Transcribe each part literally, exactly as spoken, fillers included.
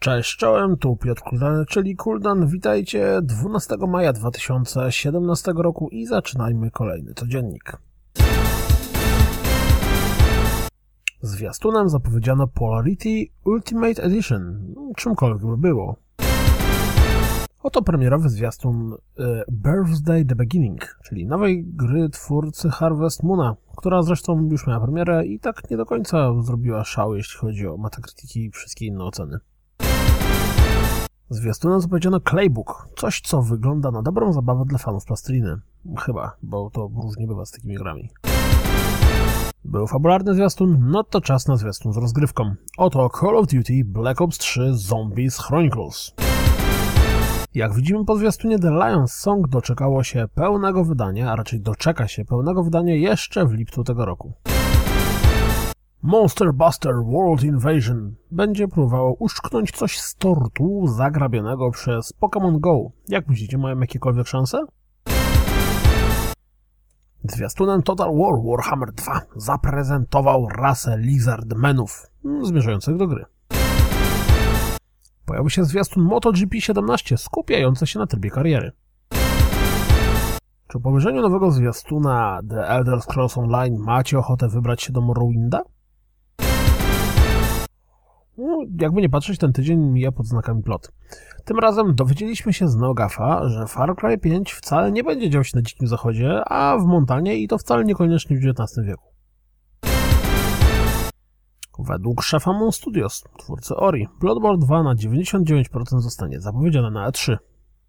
Cześć, czołem, tu Piotr Kuldan, czyli Kuldan. Witajcie dwunastego maja dwa tysiące siedemnastego roku i zaczynajmy kolejny codziennik. Zwiastunem zapowiedziano Polarity Ultimate Edition, czymkolwiek by było. Oto premierowy zwiastun e, Birthday The Beginning, czyli nowej gry twórcy Harvest Moona, która zresztą już miała premierę i tak nie do końca zrobiła szał, jeśli chodzi o Metacritic i wszystkie inne oceny. Zwiastunem zapowiedziano Claybook, coś co wygląda na dobrą zabawę dla fanów plasteliny. Chyba, bo to różnie bywa z takimi grami. Był fabularny zwiastun, no to czas na zwiastun z rozgrywką. Oto Call of Duty Black Ops trzy Zombies Chronicles. Jak widzimy po zwiastunie, The Lions Song doczekało się pełnego wydania, a raczej doczeka się pełnego wydania jeszcze w lipcu tego roku. Monster Buster World Invasion będzie próbowało uszczknąć coś z tortu zagrabionego przez Pokémon Go. Jak myślicie, mają jakiekolwiek szanse? Zwiastunem Total War Warhammer dwa zaprezentował rasę Lizardmenów zmierzających do gry. Pojawił się zwiastun MotoGP siedemnaście skupiający się na trybie kariery. Czy po obejrzeniu nowego zwiastuna The Elder Scrolls Online macie ochotę wybrać się do Morrowinda? No, jakby nie patrzeć, ten tydzień mija pod znakami plot. Tym razem dowiedzieliśmy się z NeoGAFa, że Far Cry pięć wcale nie będzie dział się na Dzikim Zachodzie, a w Montanie i to wcale niekoniecznie w dziewiętnastym wieku. Według szefa Moon Studios, twórcy Ori, Bloodborne dwa na dziewięćdziesiąt dziewięć procent zostanie zapowiedziane na E trzy.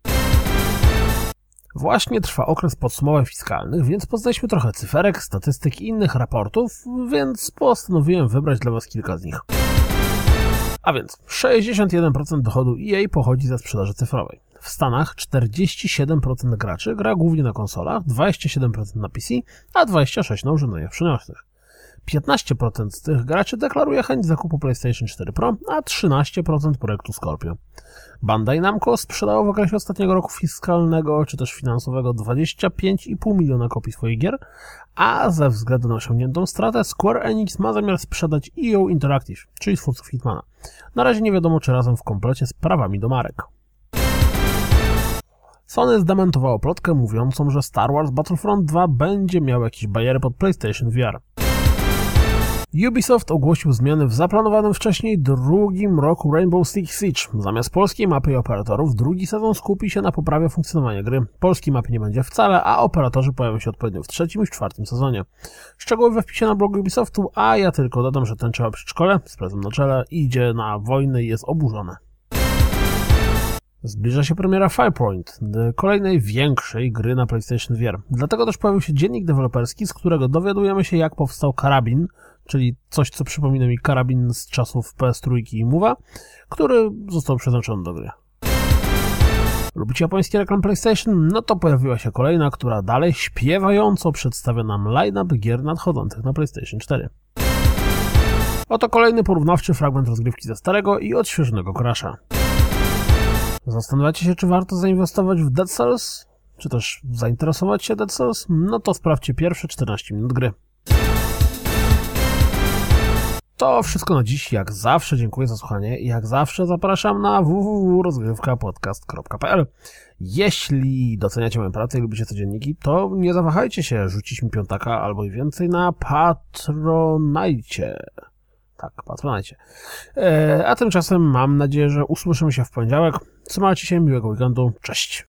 Właśnie trwa okres podsumowań fiskalnych, więc poznaliśmy trochę cyferek, statystyk i innych raportów, więc postanowiłem wybrać dla Was kilka z nich. A więc sześćdziesiąt jeden procent dochodu E A pochodzi ze sprzedaży cyfrowej. W Stanach czterdzieści siedem procent graczy gra głównie na konsolach, dwadzieścia siedem procent na P C, a dwadzieścia sześć procent na urządzeniach przenośnych. piętnaście procent z tych graczy deklaruje chęć zakupu PlayStation cztery Pro, a trzynaście procent projektu Scorpio. Bandai Namco sprzedało w okresie ostatniego roku fiskalnego czy też finansowego dwadzieścia pięć i pół miliona kopii swoich gier, a ze względu na osiągniętą stratę Square Enix ma zamiar sprzedać E O Interactive, czyli twórców Hitmana. Na razie nie wiadomo, czy razem w komplecie z prawami do marek. Sony zdementowało plotkę mówiącą, że Star Wars Battlefront dwa będzie miał jakieś bariery pod PlayStation V R. Ubisoft ogłosił zmiany w zaplanowanym wcześniej drugim roku Rainbow Six Siege. Zamiast polskiej mapy i operatorów, drugi sezon skupi się na poprawie funkcjonowania gry. Polskiej mapy nie będzie wcale, a operatorzy pojawią się odpowiednio w trzecim i w czwartym sezonie. Szczegóły we wpisie na blogu Ubisoftu, a ja tylko dodam, że ten trzeba przy szkole, z prezem na czele, idzie na wojnę i jest oburzony. Zbliża się premiera Firepoint, kolejnej większej gry na PlayStation V R. Dlatego też pojawił się dziennik deweloperski, z którego dowiadujemy się, jak powstał karabin, czyli coś, co przypomina mi karabin z czasów P S trzy i Move'a, który został przeznaczony do gry. Lubicie japoński reklam PlayStation? No to pojawiła się kolejna, która dalej śpiewająco przedstawia nam line-up gier nadchodzących na PlayStation cztery. Oto kolejny porównawczy fragment rozgrywki ze starego i odświeżonego Crasha. Zastanawiacie się, czy warto zainwestować w Dead Cells? Czy też zainteresować się Dead Cells? No to sprawdźcie pierwsze czternaście minut gry. To wszystko na dziś. Jak zawsze dziękuję za słuchanie i jak zawsze zapraszam na w w w kropka rozgrywka podcast kropka p l. Jeśli doceniacie moją pracę i lubicie codzienniki, to nie zawahajcie się rzucić mi piątaka albo i więcej na Patronite. Tak, Patronite. Eee, a tymczasem mam nadzieję, że usłyszymy się w poniedziałek. Trzymajcie się, miłego weekendu. Cześć!